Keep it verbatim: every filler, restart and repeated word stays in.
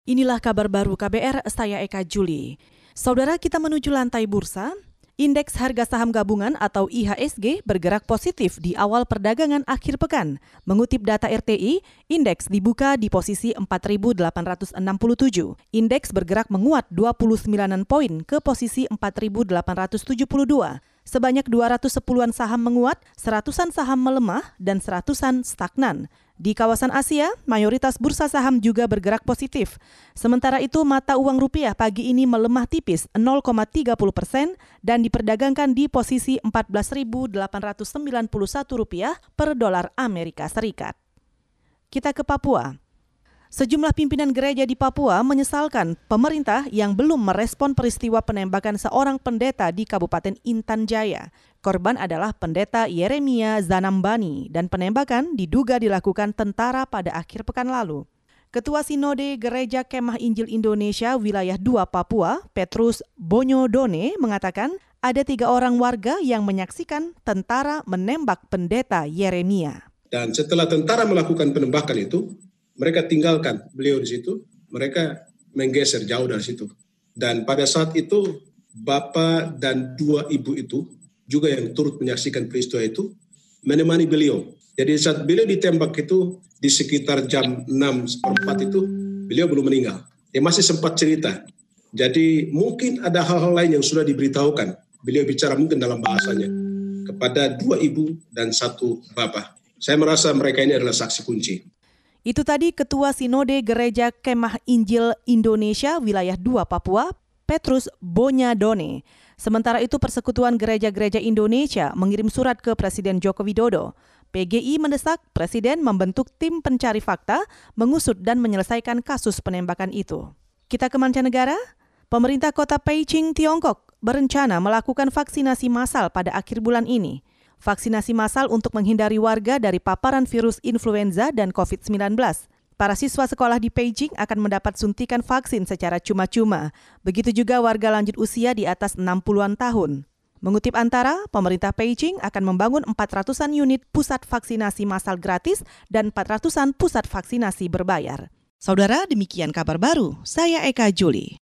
Inilah kabar baru K B R, saya Eka Juli. Saudara, kita menuju lantai bursa. Indeks harga saham gabungan atau I H S G bergerak positif di awal perdagangan akhir pekan. Mengutip data R T I, indeks dibuka di posisi empat ribu delapan ratus enam puluh tujuh. Indeks bergerak menguat dua puluh sembilan poin ke posisi empat ribu delapan ratus tujuh puluh dua. Sebanyak dua ratus sepuluhan saham menguat, seratusan saham melemah, dan seratusan stagnan. Di kawasan Asia, mayoritas bursa saham juga bergerak positif. Sementara itu, mata uang rupiah pagi ini melemah tipis nol koma tiga nol persen dan diperdagangkan di posisi empat belas ribu delapan ratus sembilan puluh satu rupiah per dolar Amerika Serikat. Kita ke Papua. Sejumlah pimpinan gereja di Papua menyesalkan pemerintah yang belum merespon peristiwa penembakan seorang pendeta di Kabupaten Intan Jaya. Korban adalah pendeta Yeremia Zanambani dan penembakan diduga dilakukan tentara pada akhir pekan lalu. Ketua Sinode Gereja Kemah Injil Indonesia Wilayah dua Papua, Petrus Bonyodone, mengatakan ada tiga orang warga yang menyaksikan tentara menembak pendeta Yeremia. Dan setelah tentara melakukan penembakan itu, mereka tinggalkan beliau di situ, mereka menggeser jauh dari situ. Dan pada saat itu, bapak dan dua ibu itu, juga yang turut menyaksikan peristiwa itu, menemani beliau. Jadi saat beliau ditembak itu, di sekitar jam enam seperempat itu, beliau belum meninggal. Dia masih sempat cerita. Jadi mungkin ada hal-hal lain yang sudah diberitahukan. Beliau bicara mungkin dalam bahasanya, kepada dua ibu dan satu bapak. Saya merasa mereka ini adalah saksi kunci. Itu tadi Ketua Sinode Gereja Kemah Injil Indonesia Wilayah dua Papua, Petrus Bonyodone. Sementara itu Persekutuan Gereja-Gereja Indonesia mengirim surat ke Presiden Joko Widodo. P G I mendesak Presiden membentuk tim pencari fakta, mengusut dan menyelesaikan kasus penembakan itu. Kita ke mancanegara. Pemerintah kota Beijing, Tiongkok berencana melakukan vaksinasi massal pada akhir bulan ini. Vaksinasi massal untuk menghindari warga dari paparan virus influenza dan covid sembilan belas. Para siswa sekolah di Beijing akan mendapat suntikan vaksin secara cuma-cuma. Begitu juga warga lanjut usia di atas enam puluhan tahun. Mengutip Antara, pemerintah Beijing akan membangun empat ratusan unit pusat vaksinasi massal gratis dan empat ratusan pusat vaksinasi berbayar. Saudara, demikian kabar baru. Saya Eka Juli.